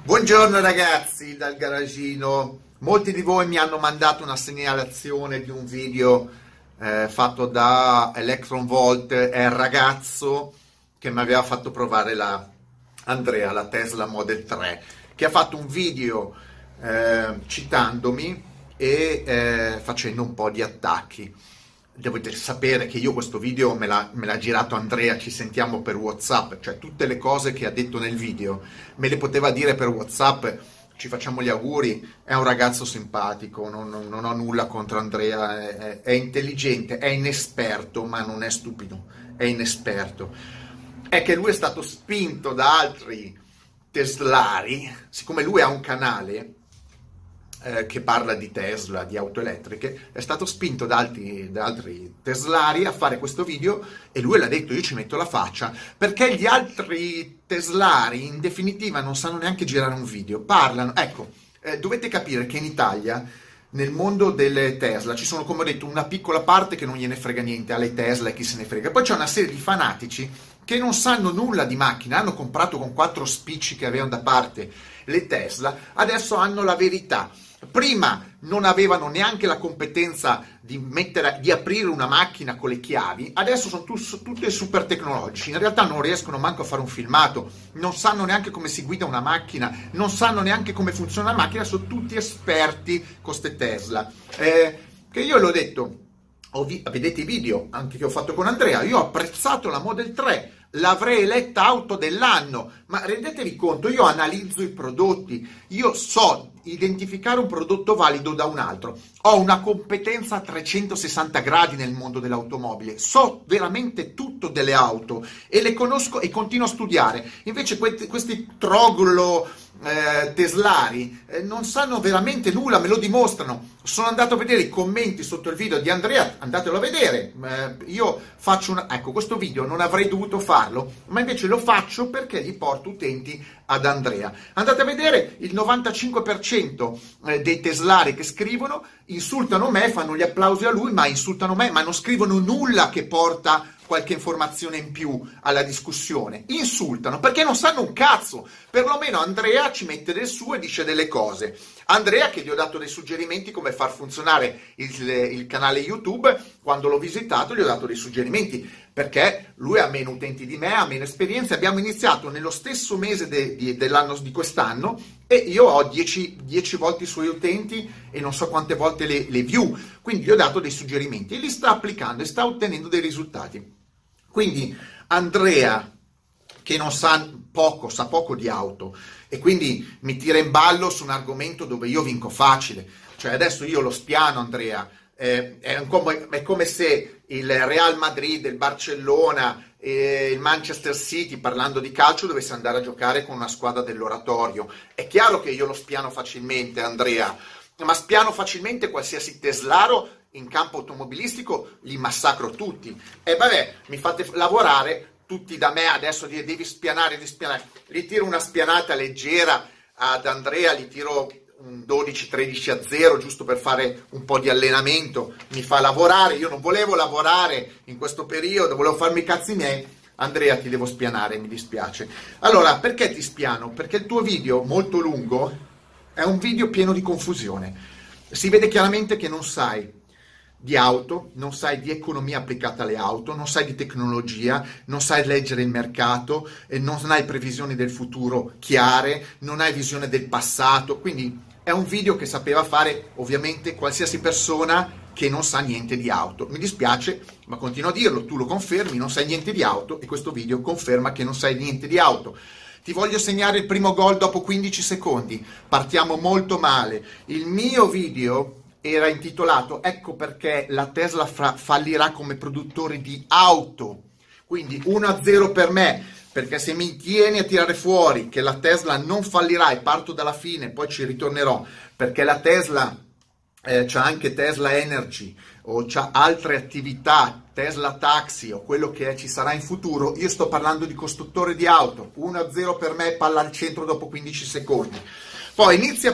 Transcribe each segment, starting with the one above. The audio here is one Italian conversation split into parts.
Buongiorno ragazzi dal garagino. Molti di voi mi hanno mandato una segnalazione di un video fatto da Electron Volt, è il ragazzo che mi aveva fatto provare Andrea, la Tesla Model 3, che ha fatto un video citandomi e facendo un po' di attacchi. Dovete sapere che io questo video me l'ha girato Andrea, ci sentiamo per WhatsApp, cioè tutte le cose che ha detto nel video me le poteva dire per WhatsApp, ci facciamo gli auguri, è un ragazzo simpatico, non ho nulla contro Andrea, è intelligente, è inesperto, ma non è stupido, è inesperto. È che lui è stato spinto da altri teslari, siccome lui ha un canale che parla di Tesla, di auto elettriche, è stato spinto da altri teslari a fare questo video e lui l'ha detto: io ci metto la faccia, perché gli altri teslari in definitiva non sanno neanche girare un video, parlano, ecco, dovete capire che in Italia, nel mondo delle Tesla, ci sono, come ho detto, una piccola parte che non gliene frega niente alle Tesla e chi se ne frega, poi c'è una serie di fanatici che non sanno nulla di macchina, hanno comprato con 4 spicci che avevano da parte le Tesla, adesso hanno la verità. Prima non avevano neanche la competenza di aprire una macchina con le chiavi, adesso sono tutte super tecnologici, in realtà non riescono manco a fare un filmato, non sanno neanche come si guida una macchina, non sanno neanche come funziona una macchina, sono tutti esperti con ste Tesla. Che io l'ho detto, vedete i video anche che ho fatto con Andrea, io ho apprezzato la Model 3, l'avrei eletta auto dell'anno, ma rendetevi conto, io analizzo i prodotti, io so identificare un prodotto valido da un altro, ho una competenza a 360 gradi nel mondo dell'automobile, so veramente tutto delle auto e le conosco e continuo a studiare. Invece questi troglo teslari non sanno veramente nulla, me lo dimostrano. Sono andato a vedere i commenti sotto il video di Andrea, andatelo a vedere. Io faccio ecco, questo video non avrei dovuto farlo, ma invece lo faccio perché gli porto utenti ad Andrea. Andate a vedere, il 95% dei teslari che scrivono insultano me, fanno gli applausi a lui, ma insultano me, ma non scrivono nulla che porta qualche informazione in più alla discussione. Insultano perché non sanno un cazzo. Perlomeno Andrea ci mette del suo e dice delle cose. Andrea, che gli ho dato dei suggerimenti come far funzionare il canale YouTube, quando l'ho visitato gli ho dato dei suggerimenti, perché lui ha meno utenti di me, ha meno esperienza. Abbiamo iniziato nello stesso mese dell'anno di quest'anno e io ho 10 volte i suoi utenti e non so quante volte le view, quindi gli ho dato dei suggerimenti e li sta applicando e sta ottenendo dei risultati. Quindi Andrea, che non sa poco di auto e quindi mi tira in ballo su un argomento dove io vinco facile, cioè adesso io lo spiano Andrea, è come se il Real Madrid, il Barcellona e il Manchester City, parlando di calcio, dovesse andare a giocare con una squadra dell'oratorio. È chiaro che io lo spiano facilmente Andrea, ma spiano facilmente qualsiasi teslaro in campo automobilistico, li massacro tutti. E vabbè, mi fate lavorare tutti da me, adesso devi spianare, gli tiro una spianata leggera ad Andrea, gli tiro un 12-13-0 giusto per fare un po' di allenamento, mi fa lavorare, io non volevo lavorare in questo periodo, volevo farmi i cazzi miei. Andrea, ti devo spianare, mi dispiace. Allora, perché ti spiano? Perché il tuo video molto lungo è un video pieno di confusione, si vede chiaramente che non sai di auto, non sai di economia applicata alle auto, non sai di tecnologia, non sai leggere il mercato, non hai previsioni del futuro chiare, non hai visione del passato, quindi è un video che sapeva fare ovviamente qualsiasi persona che non sa niente di auto. Mi dispiace, ma continuo a dirlo, tu lo confermi, non sai niente di auto e questo video conferma che non sai niente di auto. Ti voglio segnare il primo gol dopo 15 secondi, partiamo molto male. Il mio video era intitolato "Ecco perché la Tesla fallirà come produttore di auto", quindi 1-0 per me, perché se mi tieni a tirare fuori che la Tesla non fallirà e parto dalla fine, poi ci ritornerò, perché la Tesla c'ha anche Tesla Energy o c'ha altre attività, Tesla Taxi o quello che ci sarà in futuro, io sto parlando di costruttore di auto. 1-0 per me, palla al centro dopo 15 secondi. Poi inizia a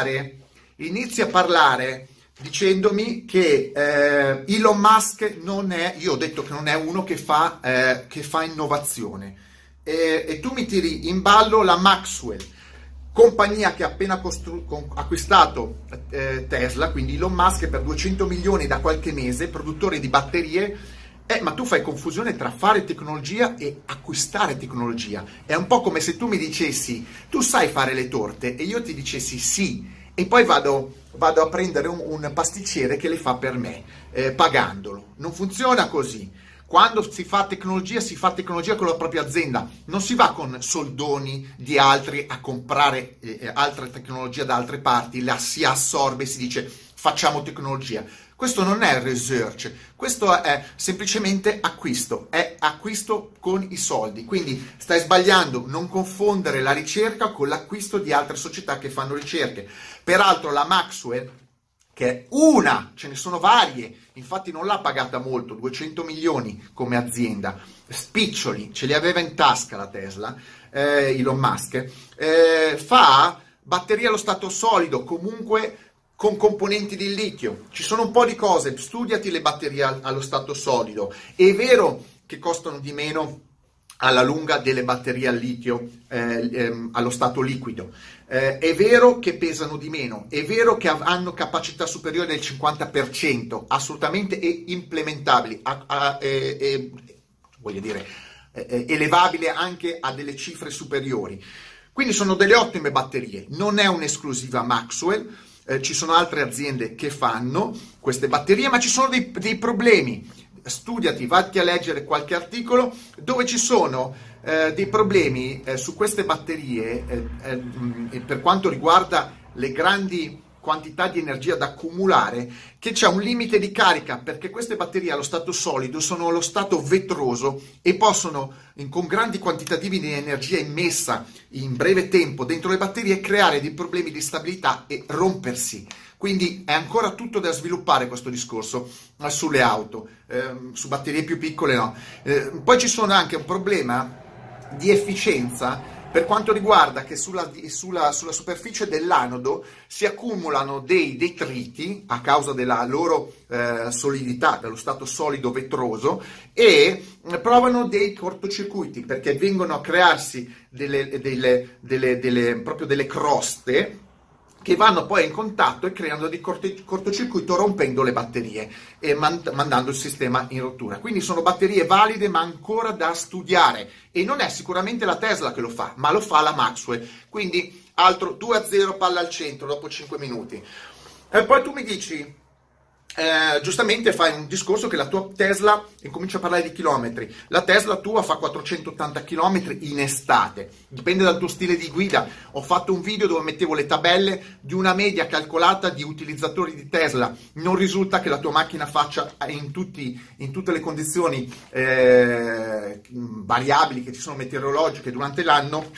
parlare dicendomi che Elon Musk non è, io ho detto che non è uno che fa innovazione, e tu mi tiri in ballo la Maxwell. compagnia che ha appena acquistato Tesla, quindi Elon Musk per 200 milioni da qualche mese, produttore di batterie. Ma tu fai confusione tra fare tecnologia e acquistare tecnologia. È un po' come se tu mi dicessi, tu sai fare le torte, e io ti dicessi sì, e poi vado a prendere un pasticcere che le fa per me, pagandolo. Non funziona così. Quando si fa tecnologia con la propria azienda, non si va con soldoni di altri a comprare altra tecnologia da altre parti, la si assorbe e si dice facciamo tecnologia. Questo non è research, questo è semplicemente acquisto, è acquisto con i soldi. Quindi stai sbagliando, non confondere la ricerca con l'acquisto di altre società che fanno ricerche. Peraltro la Maxwell, che è una, ce ne sono varie, infatti non l'ha pagata molto, 200 milioni come azienda, spiccioli, ce li aveva in tasca la Tesla, Elon Musk, fa batterie allo stato solido, comunque con componenti di litio. Ci sono un po' di cose, studiati le batterie allo stato solido. È vero che costano di meno alla lunga delle batterie al litio allo stato liquido, è vero che pesano di meno, è vero che hanno capacità superiore del 50%, assolutamente implementabili, voglio dire, elevabile anche a delle cifre superiori. Quindi sono delle ottime batterie, non è un'esclusiva Maxwell. Ci sono altre aziende che fanno queste batterie, ma ci sono dei problemi. Studiati, vatti a leggere qualche articolo dove ci sono dei problemi su queste batterie per quanto riguarda le grandi quantità di energia da accumulare, che c'è un limite di carica, perché queste batterie allo stato solido sono allo stato vetroso e possono, con grandi quantitativi di energia immessa in breve tempo dentro le batterie, creare dei problemi di stabilità e rompersi. Quindi è ancora tutto da sviluppare questo discorso sulle auto, su batterie più piccole no. Poi ci sono anche un problema di efficienza per quanto riguarda che sulla superficie dell'anodo si accumulano dei detriti a causa della loro solidità, dello stato solido vetroso, e provano dei cortocircuiti perché vengono a crearsi proprio delle croste che vanno poi in contatto e creando dei cortocircuito, rompendo le batterie e mandando il sistema in rottura. Quindi sono batterie valide ma ancora da studiare, e non è sicuramente la Tesla che lo fa, ma lo fa la Maxwell. Quindi altro 2-0, palla al centro dopo 5 minuti. E poi tu mi dici, giustamente fai un discorso che la tua Tesla, e comincia a parlare di chilometri, la Tesla tua fa 480 km in estate, dipende dal tuo stile di guida. Ho fatto un video dove mettevo le tabelle di una media calcolata di utilizzatori di Tesla, non risulta che la tua macchina faccia in tutte le condizioni variabili che ci sono meteorologiche durante l'anno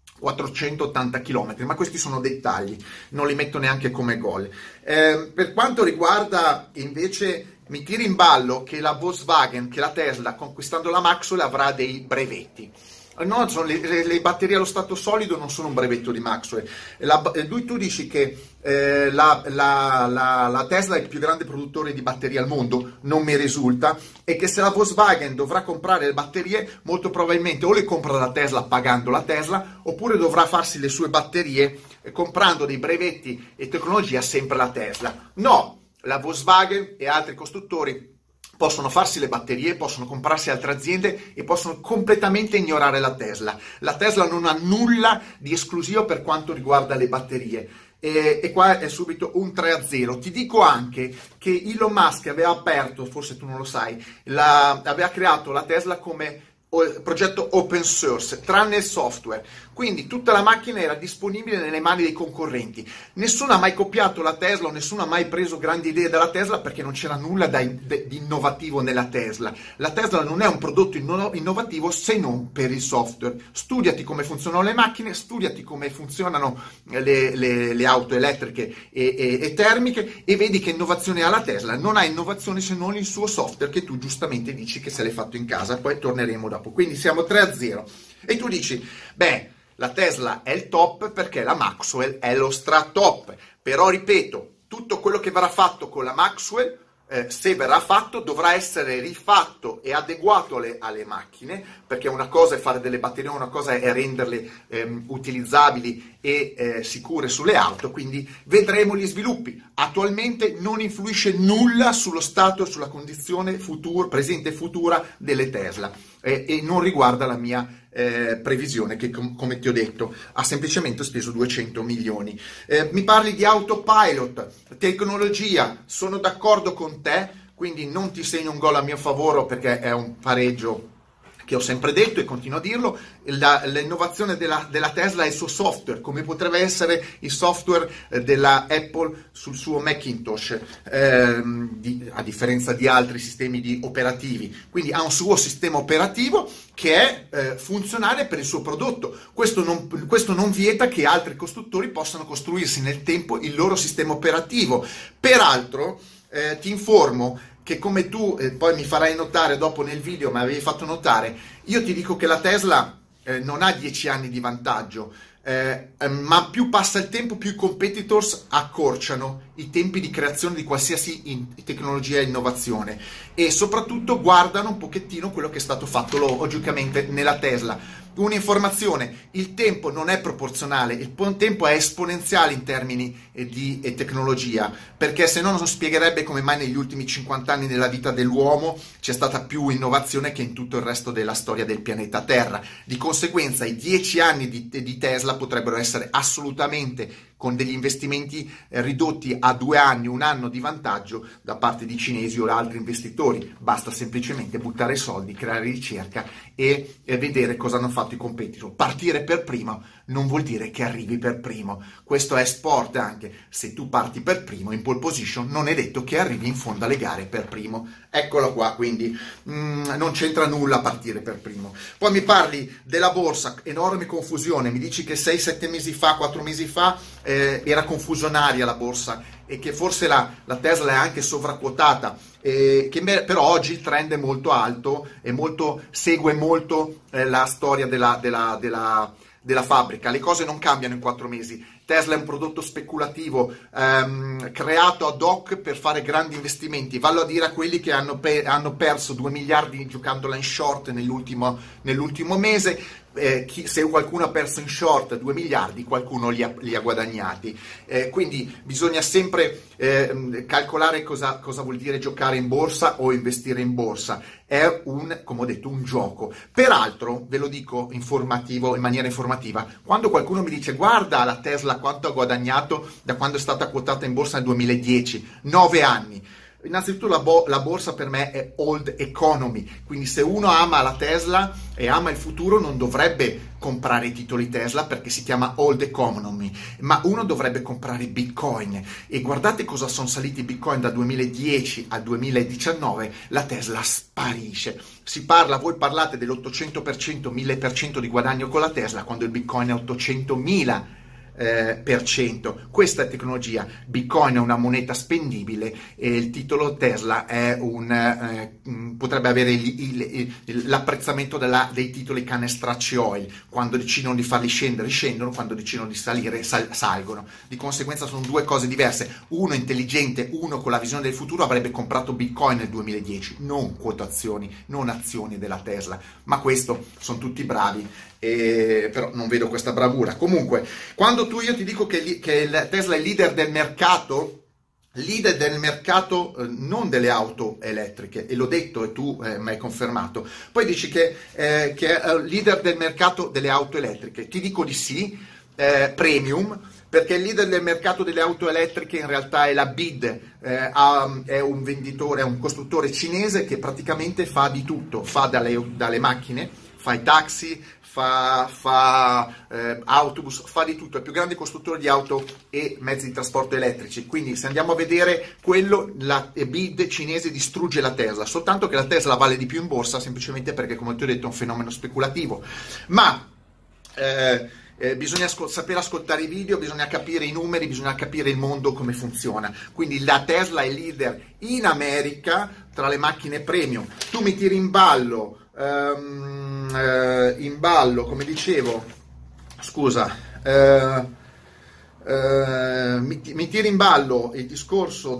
480 km, ma questi sono dettagli, non li metto neanche come gol. Per quanto riguarda invece, mi tiri in ballo che la Volkswagen, che la Tesla, conquistando la Maxwell, avrà dei brevetti. No, sono le batterie allo stato solido non sono un brevetto di Maxwell. Tu dici che la Tesla è il più grande produttore di batterie al mondo, non mi risulta, e che se la Volkswagen dovrà comprare le batterie, molto probabilmente o le compra la Tesla pagando la Tesla, oppure dovrà farsi le sue batterie comprando dei brevetti e tecnologia sempre la Tesla. No, la Volkswagen e altri costruttori possono farsi le batterie, possono comprarsi altre aziende e possono completamente ignorare la Tesla. La Tesla non ha nulla di esclusivo per quanto riguarda le batterie. E qua è subito un 3-0. Ti dico anche che Elon Musk aveva aperto, forse tu non lo sai, aveva creato la Tesla come progetto open source, tranne il software, quindi tutta la macchina era disponibile nelle mani dei concorrenti. Nessuno ha mai copiato la Tesla, o nessuno ha mai preso grandi idee dalla Tesla, perché non c'era nulla di innovativo nella Tesla. La Tesla non è un prodotto innovativo se non per il software. Studiati come funzionano le macchine, studiati come funzionano le auto elettriche e termiche, e vedi che innovazione ha la Tesla. Non ha innovazione se non il suo software, che tu giustamente dici che se l'hai fatto in casa. Poi torneremo dopo. Quindi siamo 3-0. E tu dici, beh, la Tesla è il top perché la Maxwell è lo stra top. Però ripeto, tutto quello che verrà fatto con la Maxwell se verrà fatto, dovrà essere rifatto e adeguato alle macchine, perché una cosa è fare delle batterie, una cosa è renderle utilizzabili e sicure sulle auto, quindi vedremo gli sviluppi. Attualmente non influisce nulla sullo stato e sulla condizione presente e futura delle Tesla, e non riguarda la mia previsione che, come ti ho detto, ha semplicemente speso 200 milioni. Mi parli di autopilot, tecnologia, sono d'accordo con te, quindi non ti segno un gol a mio favore perché è un pareggio che ho sempre detto e continuo a dirlo. L'innovazione della Tesla è il suo software, come potrebbe essere il software della Apple sul suo Macintosh, a differenza di altri sistemi operativi. Quindi ha un suo sistema operativo che è funzionale per il suo prodotto. Questo non vieta che altri costruttori possano costruirsi nel tempo il loro sistema operativo. Peraltro, ti informo che, come tu poi mi farai notare dopo nel video, mi avevi fatto notare, io ti dico che la Tesla non ha 10 anni di vantaggio, ma più passa il tempo, più i competitors accorciano i tempi di creazione di qualsiasi tecnologia e innovazione, e soprattutto guardano un pochettino quello che è stato fatto logicamente nella Tesla. Un'informazione: il tempo non è proporzionale, il tempo è esponenziale in termini di tecnologia, perché se no non spiegherebbe come mai negli ultimi 50 anni della vita dell'uomo c'è stata più innovazione che in tutto il resto della storia del pianeta Terra. Di conseguenza i 10 anni di Tesla potrebbero essere assolutamente, con degli investimenti ridotti a 2 anni, 1 anno di vantaggio da parte di cinesi o altri investitori. Basta semplicemente buttare soldi, creare ricerca e vedere cosa hanno fatto i competitor. Partire per primo non vuol dire che arrivi per primo, questo è sport anche. Se tu parti per primo in pole position non è detto che arrivi in fondo alle gare per primo. Eccolo qua, quindi non c'entra nulla partire per primo. Poi mi parli della borsa, enorme confusione, mi dici che 6-7 mesi fa, 4 mesi fa era confusionaria la borsa e che forse la Tesla è anche sovraquotata, però oggi il trend è molto alto e segue molto la storia della fabbrica. Le cose non cambiano in 4 mesi. Tesla è un prodotto speculativo creato ad hoc per fare grandi investimenti. Vallo a dire a quelli che hanno perso 2 miliardi giocandola in short nell'ultimo mese. Se qualcuno ha perso in short 2 miliardi, qualcuno li ha guadagnati. Quindi bisogna sempre calcolare cosa vuol dire giocare in borsa o investire in borsa. È come ho detto, un gioco. Peraltro, ve lo dico in maniera informativa, quando qualcuno mi dice guarda la Tesla quanto ha guadagnato da quando è stata quotata in borsa nel 2010, 9 anni. Innanzitutto la borsa per me è old economy, quindi se uno ama la Tesla e ama il futuro non dovrebbe comprare i titoli Tesla perché si chiama old economy, ma uno dovrebbe comprare Bitcoin. E guardate cosa sono saliti i Bitcoin da 2010 al 2019, la Tesla sparisce. Voi parlate dell'800%, 1000% di guadagno con la Tesla quando il Bitcoin è 800.000%. Questa è tecnologia. Bitcoin è una moneta spendibile e il titolo Tesla è potrebbe avere l'apprezzamento dei titoli Canestracci Oil. Quando decidono di farli scendere scendono, quando decidono di salire salgono. Di conseguenza sono due cose diverse. Uno intelligente, uno con la visione del futuro avrebbe comprato Bitcoin nel 2010, non quotazioni, non azioni della Tesla, ma questo sono tutti bravi. Però non vedo questa bravura. Comunque, quando io ti dico che la Tesla è leader del mercato non delle auto elettriche, e l'ho detto e tu mi hai confermato, poi dici che è leader del mercato delle auto elettriche, ti dico di sì, premium, perché il leader del mercato delle auto elettriche in realtà è la BYD, è un venditore, è un costruttore cinese che praticamente fa di tutto, fa dalle macchine, fa i taxi, fa autobus, fa di tutto, è il più grande costruttore di auto e mezzi di trasporto elettrici. Quindi se andiamo a vedere la BYD cinese distrugge la Tesla, soltanto che la Tesla vale di più in borsa semplicemente perché, come ti ho detto, è un fenomeno speculativo. Ma bisogna sapere ascoltare i video, bisogna capire i numeri, bisogna capire il mondo come funziona. Quindi la Tesla è leader in America tra le macchine premium. Tu mi tiri in ballo, come dicevo, scusa, mi tira in ballo il discorso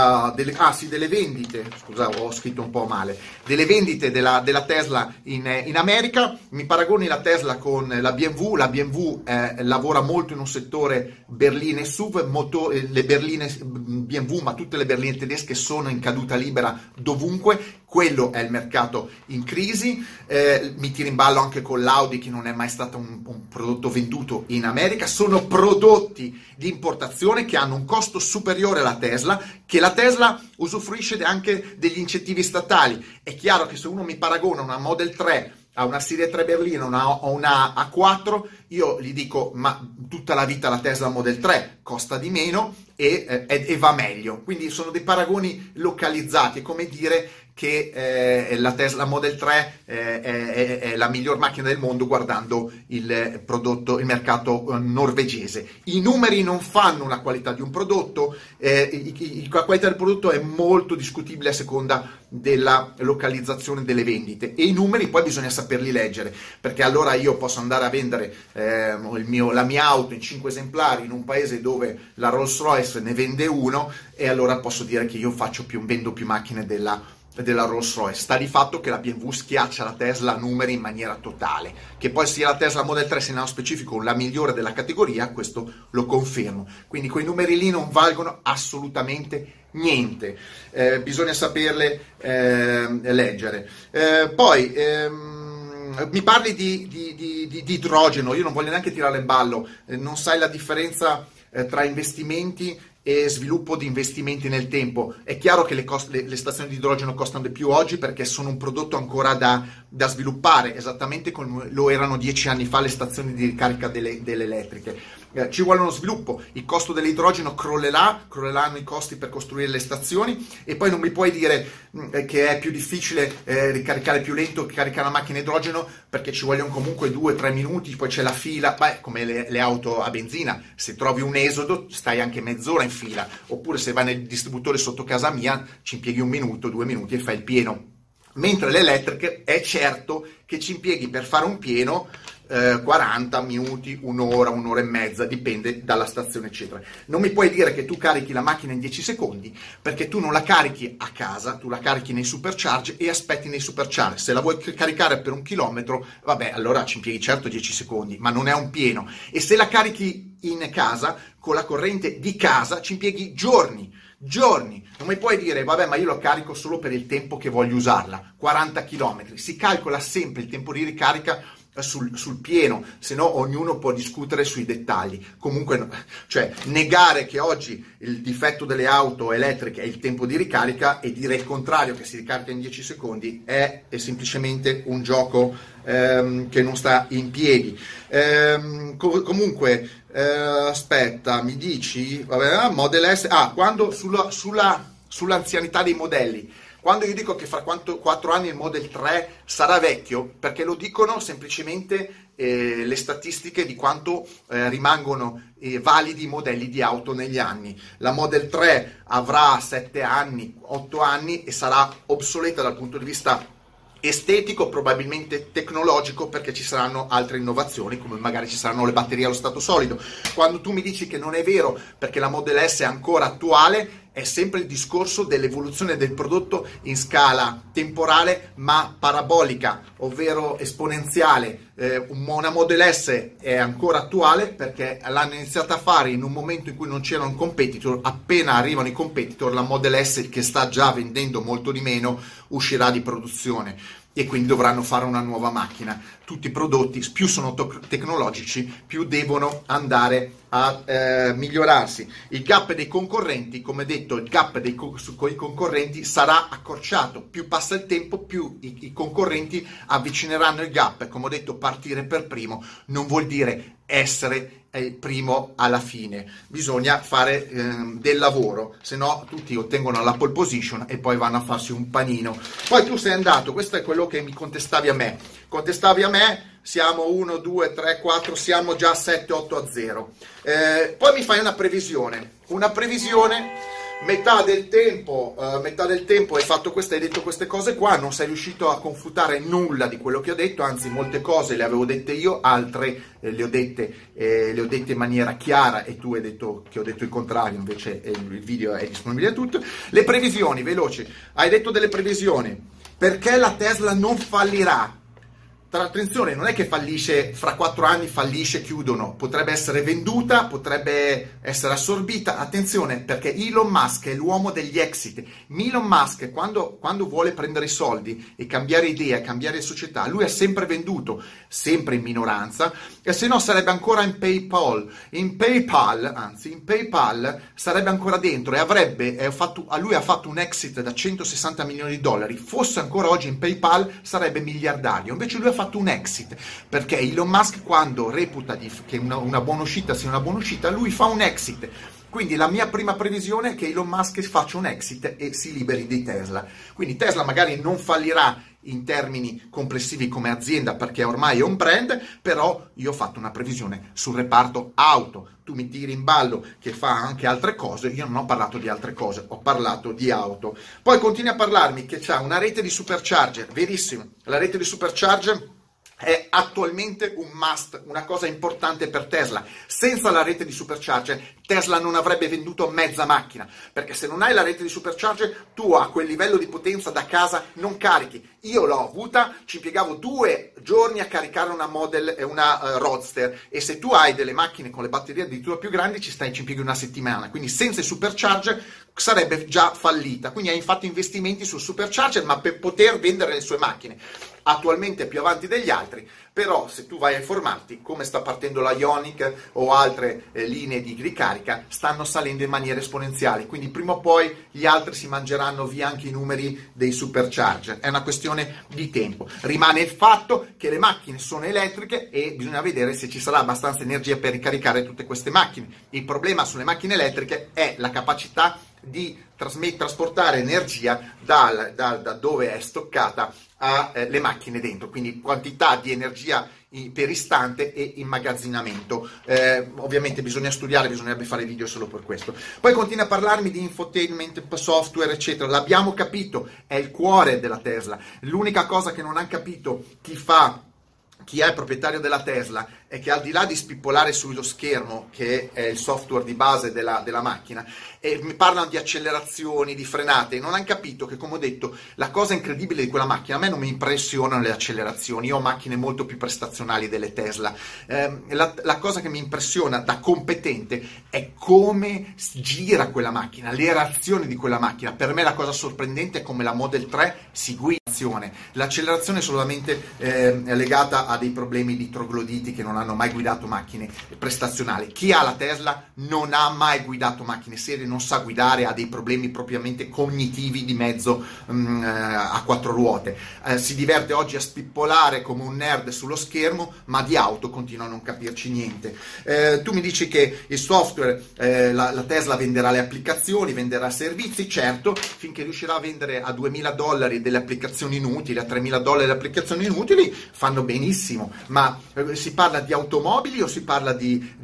delle vendite, scusa, ho scritto un po' male, delle vendite della Tesla in America. Mi paragoni la Tesla con la BMW lavora molto in un settore berline SUV, le berline BMW, ma tutte le berline tedesche sono in caduta libera dovunque. Quello è il mercato in crisi. Mi tira in ballo anche con l'Audi, che non è mai stato un prodotto venduto in America. Sono prodotti di importazione che hanno un costo superiore alla Tesla, che la Tesla usufruisce anche degli incentivi statali. È chiaro che se uno mi paragona una Model 3 a una Serie 3 berlina o una A4, io gli dico, ma tutta la vita la Tesla Model 3 costa di meno e va meglio. Quindi sono dei paragoni localizzati, è come dire che la Tesla Model 3 è la miglior macchina del mondo guardando il mercato norvegese. I numeri non fanno una qualità di un prodotto, la qualità del prodotto è molto discutibile a seconda della localizzazione delle vendite, e i numeri poi bisogna saperli leggere, perché allora io posso andare a vendere la mia auto in 5 esemplari in un paese dove la Rolls-Royce ne vende uno, e allora posso dire che io vendo più macchine della Rolls-Royce. Sta di fatto che la BMW schiaccia la Tesla a numeri in maniera totale. Che poi sia la Tesla Model 3, se nello specifico la migliore della categoria, questo lo confermo. Quindi quei numeri lì non valgono assolutamente niente, bisogna saperle leggere. Poi mi parli di idrogeno, io non voglio neanche tirare in ballo, non sai la differenza tra investimenti e sviluppo di investimenti nel tempo. È chiaro che le stazioni di idrogeno costano di più oggi perché sono un prodotto ancora da sviluppare, esattamente come lo erano 10 anni fa le stazioni di ricarica delle elettriche. Ci vuole uno sviluppo, il costo dell'idrogeno crolleranno i costi per costruire le stazioni, e poi non mi puoi dire che è più difficile ricaricare più lento che caricare una macchina a idrogeno, perché ci vogliono comunque 2-3 minuti, poi c'è la fila, come le auto a benzina, se trovi un esodo stai anche mezz'ora in fila, oppure se vai nel distributore sotto casa mia ci impieghi 1 minuto, 2 minuti e fai il pieno. Mentre le elettriche è certo che ci impieghi per fare un pieno 40 minuti, un'ora e mezza, dipende dalla stazione eccetera. Non mi puoi dire che tu carichi la macchina in 10 secondi, perché tu non la carichi a casa, tu la carichi nei supercharge e aspetti nei supercharge. Se la vuoi caricare per 1 chilometro, vabbè, allora ci impieghi certo 10 secondi, ma non è un pieno. E se la carichi in casa, con la corrente di casa, ci impieghi giorni. Non mi puoi dire, vabbè, ma io lo carico solo per il tempo che voglio usarla, 40 km. Si calcola sempre il tempo di ricarica sul pieno, se no ognuno può discutere sui dettagli. Comunque, cioè, negare che oggi il difetto delle auto elettriche è il tempo di ricarica e dire il contrario, che si ricarica in 10 secondi, è semplicemente un gioco che non sta in piedi. Comunque, aspetta, mi dici, vabbè, Model S, quando sull'anzianità dei modelli. Quando io dico che fra 4 anni il Model 3 sarà vecchio, perché lo dicono semplicemente le statistiche di quanto rimangono validi i modelli di auto negli anni. La Model 3 avrà 7 anni, 8 anni e sarà obsoleta dal punto di vista estetico, probabilmente tecnologico, perché ci saranno altre innovazioni, come magari ci saranno le batterie allo stato solido. Quando tu mi dici che non è vero perché la Model S è ancora attuale, è sempre il discorso dell'evoluzione del prodotto in scala temporale ma parabolica, ovvero esponenziale. Una Model S è ancora attuale perché l'hanno iniziata a fare in un momento in cui non c'erano competitor. Appena arrivano i competitor, la Model S, che sta già vendendo molto di meno, uscirà di produzione e quindi dovranno fare una nuova macchina. Tutti i prodotti più sono tecnologici, più devono andare a migliorarsi. Il gap dei concorrenti, come detto, il gap con i concorrenti sarà accorciato. Più passa il tempo, più i concorrenti avvicineranno il gap. Come ho detto, partire per primo non vuol dire essere primo alla fine, bisogna fare del lavoro, se no tutti ottengono la pole position e poi vanno a farsi un panino. Poi tu sei andato, questo è quello che mi contestavi a me, siamo 1, 2, 3, 4, siamo già 7, 8 a 0. Poi mi fai una previsione metà del tempo hai fatto queste, hai detto queste cose qua, non sei riuscito a confutare nulla di quello che ho detto, anzi molte cose le avevo dette io, altre le ho dette in maniera chiara e tu hai detto che ho detto il contrario, invece il video è disponibile a tutti. Le previsioni, veloci, hai detto delle previsioni, perché la Tesla non fallirà? Attenzione, non è che fallisce, fra 4 anni fallisce, chiudono, potrebbe essere venduta, potrebbe essere assorbita, attenzione, perché Elon Musk è l'uomo degli exit. Elon Musk quando vuole prendere i soldi e cambiare idea, cambiare società, lui ha sempre venduto, sempre in minoranza, e se no sarebbe ancora in PayPal, in PayPal sarebbe ancora dentro e lui ha fatto un exit da 160 milioni di dollari, fosse ancora oggi in PayPal sarebbe miliardario, invece lui ha fatto un exit, perché Elon Musk quando reputa che una buona uscita sia una buona uscita, lui fa un exit. Quindi la mia prima previsione è che Elon Musk faccia un exit e si liberi di Tesla. Quindi Tesla magari non fallirà in termini complessivi come azienda perché ormai è un brand, però io ho fatto una previsione sul reparto auto. Tu mi tiri in ballo che fa anche altre cose, io non ho parlato di altre cose, ho parlato di auto. Poi continui a parlarmi che c'ha una rete di supercharger, verissimo, la rete di supercharger è attualmente un must, una cosa importante per Tesla. Senza la rete di supercharger Tesla non avrebbe venduto mezza macchina, perché se non hai la rete di supercharger tu a quel livello di potenza da casa non carichi. Io l'ho avuta, ci impiegavo 2 giorni a caricare una Model e una Roadster, e se tu hai delle macchine con le batterie addirittura più grandi ci impieghi una settimana, quindi senza i supercharger sarebbe già fallita. Quindi hai fatto investimenti sul supercharger ma per poter vendere le sue macchine. Attualmente è più avanti degli altri, però se tu vai a informarti come sta partendo la Ioniq o altre linee di ricarica, stanno salendo in maniera esponenziale, quindi prima o poi gli altri si mangeranno via anche i numeri dei supercharger, è una questione di tempo. Rimane il fatto che le macchine sono elettriche e bisogna vedere se ci sarà abbastanza energia per ricaricare tutte queste macchine. Il problema sulle macchine elettriche è la capacità di trasportare energia da dove è stoccata alle macchine dentro, quindi quantità di energia per istante e immagazzinamento. Ovviamente bisogna studiare, bisognerebbe fare video solo per questo. Poi continua a parlarmi di infotainment, software, eccetera. L'abbiamo capito, è il cuore della Tesla. L'unica cosa che non ha capito chi è proprietario della Tesla è che al di là di spippolare sullo schermo, che è il software di base della macchina, e mi parlano di accelerazioni, di frenate, non hanno capito che, come ho detto, la cosa incredibile di quella macchina, a me non mi impressionano le accelerazioni, io ho macchine molto più prestazionali delle Tesla, la cosa che mi impressiona da competente è come gira quella macchina, le reazioni di quella macchina. Per me la cosa sorprendente è come la Model 3 si guida. L'accelerazione è solamente legata a dei problemi di trogloditi che non hanno mai guidato macchine prestazionali. Chi ha la Tesla non ha mai guidato macchine serie, non sa guidare, ha dei problemi propriamente cognitivi di mezzo a 4 ruote. Si diverte oggi a spippolare come un nerd sullo schermo, ma di auto continua a non capirci niente. Tu mi dici che il software, la Tesla venderà le applicazioni, venderà servizi, certo, finché riuscirà a vendere a $2.000 delle applicazioni inutili, a $3.000 le applicazioni inutili, fanno benissimo, ma si parla di automobili o si parla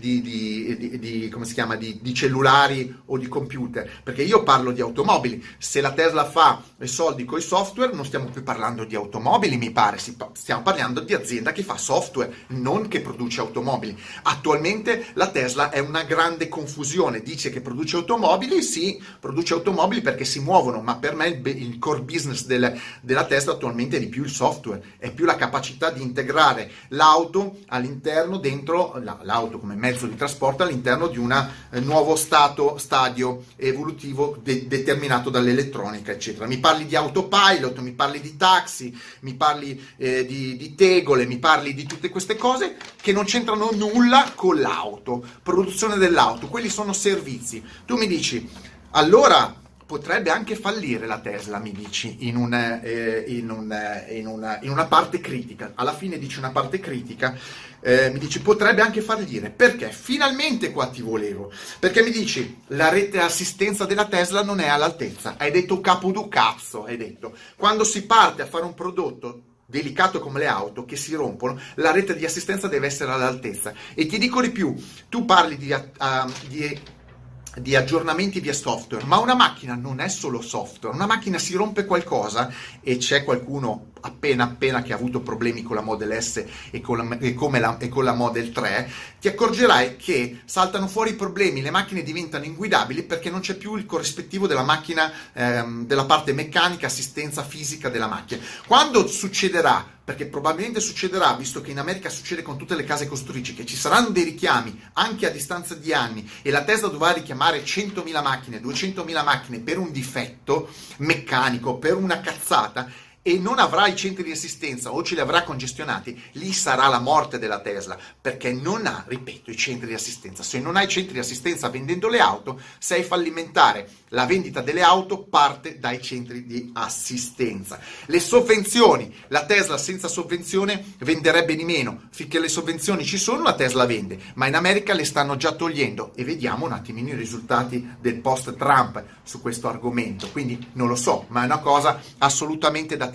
come si chiama, di cellulari o di computer? Perché io parlo di automobili. Se la Tesla fa i soldi con i software non stiamo più parlando di automobili, mi pare, stiamo parlando di azienda che fa software, non che produce automobili. Attualmente la Tesla è una grande confusione, dice che produce automobili, sì, produce automobili perché si muovono, ma per me il core business della Tesla attualmente è di più il software, è più la capacità di integrare l'auto all'interno, dentro l'auto come mezzo di trasporto all'interno di un nuovo stadio evolutivo determinato dall'elettronica, eccetera. Mi parli di autopilot, mi parli di taxi, mi parli di tegole, mi parli di tutte queste cose che non c'entrano nulla con l'auto, produzione dell'auto, quelli sono servizi. Tu mi dici, allora potrebbe anche fallire la Tesla, mi dici, in una parte critica. Alla fine dici una parte critica, mi dici potrebbe anche fallire. Perché? Finalmente qua ti volevo. Perché mi dici la rete assistenza della Tesla non è all'altezza. Hai detto capo du cazzo, hai detto. Quando si parte a fare un prodotto delicato come le auto che si rompono, la rete di assistenza deve essere all'altezza. E ti dico di più, tu parli di di aggiornamenti via software, ma una macchina non è solo software, una macchina si rompe qualcosa e c'è qualcuno appena che ha avuto problemi con la Model S e con la Model 3, ti accorgerai che saltano fuori i problemi, le macchine diventano inguidabili perché non c'è più il corrispettivo della macchina, della parte meccanica, assistenza fisica della macchina. Quando succederà, perché probabilmente succederà, visto che in America succede con tutte le case costruttrici, che ci saranno dei richiami anche a distanza di anni e la Tesla dovrà richiamare 100.000 macchine, 200.000 macchine per un difetto meccanico, per una cazzata, e non avrà i centri di assistenza o ce li avrà congestionati, lì sarà la morte della Tesla, perché non ha, ripeto, i centri di assistenza. Se non hai centri di assistenza vendendo le auto, sei fallimentare. La vendita delle auto parte dai centri di assistenza. Le sovvenzioni, la Tesla senza sovvenzione venderebbe di meno. Finché le sovvenzioni ci sono, la Tesla vende, ma in America le stanno già togliendo e vediamo un attimino i risultati del post Trump su questo argomento. Quindi non lo so, ma è una cosa assolutamente da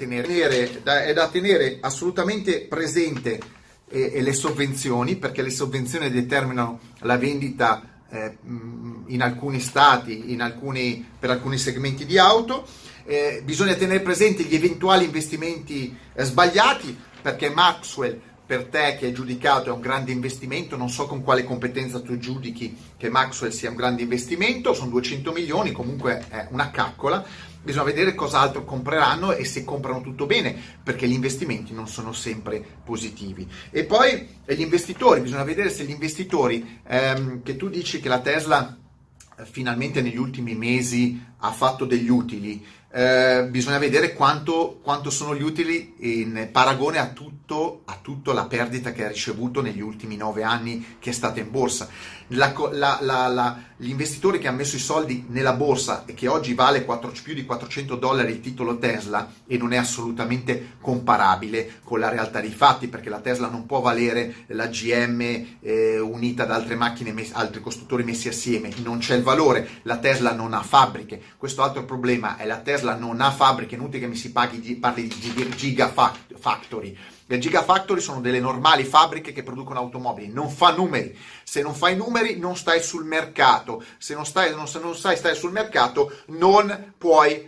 tenere assolutamente presente, le sovvenzioni, perché le sovvenzioni determinano la vendita in alcuni stati, per alcuni segmenti di auto. Bisogna tenere presente gli eventuali investimenti sbagliati, perché Maxwell, per te che hai giudicato, è un grande investimento. Non so con quale competenza tu giudichi che Maxwell sia un grande investimento, sono 200 milioni, comunque è una caccola. Bisogna vedere cosa altro compreranno e se comprano tutto bene, perché gli investimenti non sono sempre positivi. E poi gli investitori, bisogna vedere se gli investitori, che tu dici che la Tesla finalmente negli ultimi mesi ha fatto degli utili, bisogna vedere quanto sono gli utili in paragone a tutto la perdita che ha ricevuto negli ultimi 9 anni che è stata in borsa. Gli investitori che hanno messo i soldi nella borsa e che oggi vale più di $400 il titolo Tesla, e non è assolutamente comparabile con la realtà dei fatti, perché la Tesla non può valere la GM unita ad altre macchine, altri costruttori messi assieme, non c'è il valore. La Tesla non ha fabbriche, questo altro problema è: la Tesla non ha fabbriche, inutile che mi si parli di gigafactory. Le gigafactory sono delle normali fabbriche che producono automobili, non fa numeri. Se non fai numeri non stai sul mercato, se non sai stare sul mercato non puoi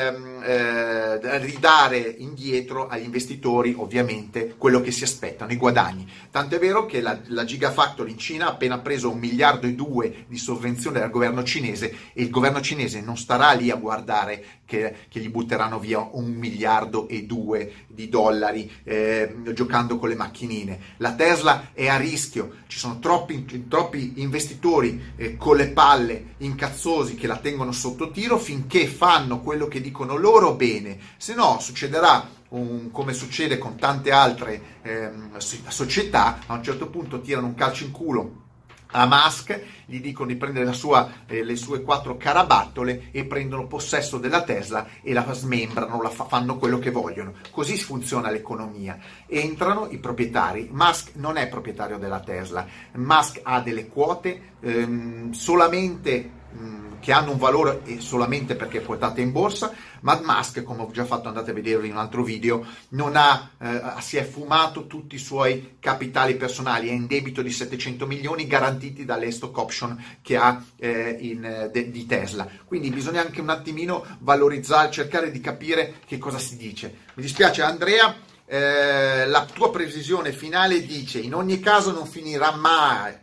ridare indietro agli investitori ovviamente quello che si aspettano, i guadagni. Tanto è vero che la Gigafactory in Cina ha appena preso 1,2 miliardi di sovvenzione dal governo cinese, e il governo cinese non starà lì a guardare che gli butteranno via 1,2 miliardi di dollari giocando con le macchinine. La Tesla è a rischio, ci sono troppi investitori con le palle incazzosi che la tengono sotto tiro finché fanno quello che dicono loro bene, se no succederà come succede con tante altre società: a un certo punto tirano un calcio in culo a Musk, gli dicono di prendere le sue 4 carabattole e prendono possesso della Tesla e la smembrano, fanno quello che vogliono. Così funziona l'economia. Entrano i proprietari. Musk non è proprietario della Tesla, Musk ha delle quote solamente che hanno un valore solamente perché è quotata in borsa, ma Musk, come ho già fatto, andate a vederlo in un altro video, non si è fumato tutti i suoi capitali personali, è in debito di 700 milioni garantiti dalle stock option che ha di Tesla. Quindi bisogna anche un attimino valorizzare, cercare di capire che cosa si dice. Mi dispiace Andrea, la tua previsione finale dice: in ogni caso non finirà mai,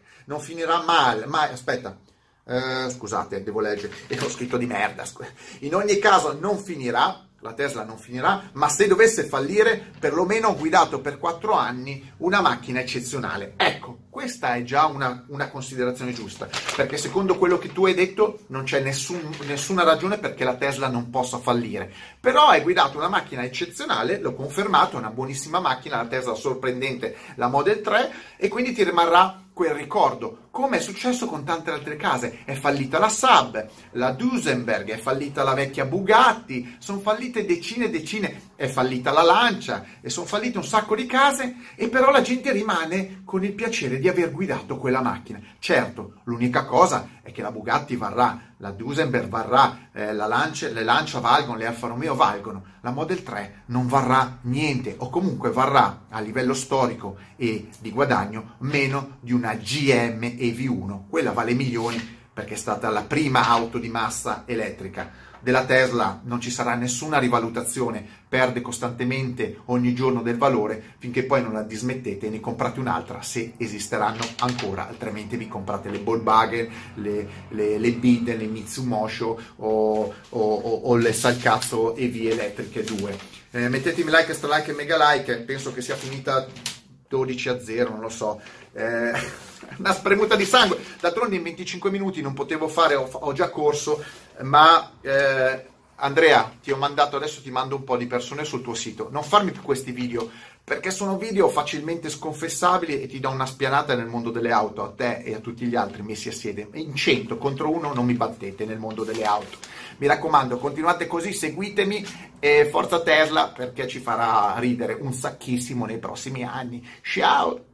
aspetta. Scusate, devo leggere e ho scritto di merda. In ogni caso non finirà, la Tesla non finirà, ma se dovesse fallire, perlomeno ho guidato per 4 anni una macchina eccezionale. Ecco, questa è già una considerazione giusta, perché secondo quello che tu hai detto non c'è nessuna ragione perché la Tesla non possa fallire. Però hai guidato una macchina eccezionale, l'ho confermato, è una buonissima macchina, la Tesla sorprendente, la Model 3, e quindi ti rimarrà quel ricordo, come è successo con tante altre case. È fallita la Saab, la Duesenberg, è fallita la vecchia Bugatti, sono fallite decine e decine, è fallita la Lancia, e sono fallite un sacco di case, e però la gente rimane con il piacere di aver guidato quella macchina. Certo, l'unica cosa è che la Bugatti varrà, la Duesenberg varrà, le Lancia valgono, le Alfa Romeo valgono, la Model 3 non varrà niente, o comunque varrà a livello storico e di guadagno meno di una GM EV1, quella vale milioni perché è stata la prima auto di massa elettrica. Della Tesla non ci sarà nessuna rivalutazione, perde costantemente ogni giorno del valore finché poi non la dismettete e ne comprate un'altra, se esisteranno ancora, altrimenti vi comprate le Volkswagen, le Biden, le Mitsubishi o le Salcazzo EV elettriche 2. Mettetemi like, stralike e mega like, penso che sia finita 12-0, non lo so. Una spremuta di sangue, d'altronde in 25 minuti non potevo fare, ho già corso, ma Andrea, ti ho mandato, adesso ti mando un po' di persone sul tuo sito, non farmi più questi video, perché sono video facilmente sconfessabili e ti do una spianata nel mondo delle auto, a te e a tutti gli altri messi assieme, in 100 contro 1 non mi battete nel mondo delle auto. Mi raccomando, continuate così, seguitemi e forza Tesla, perché ci farà ridere un sacchissimo nei prossimi anni. Ciao!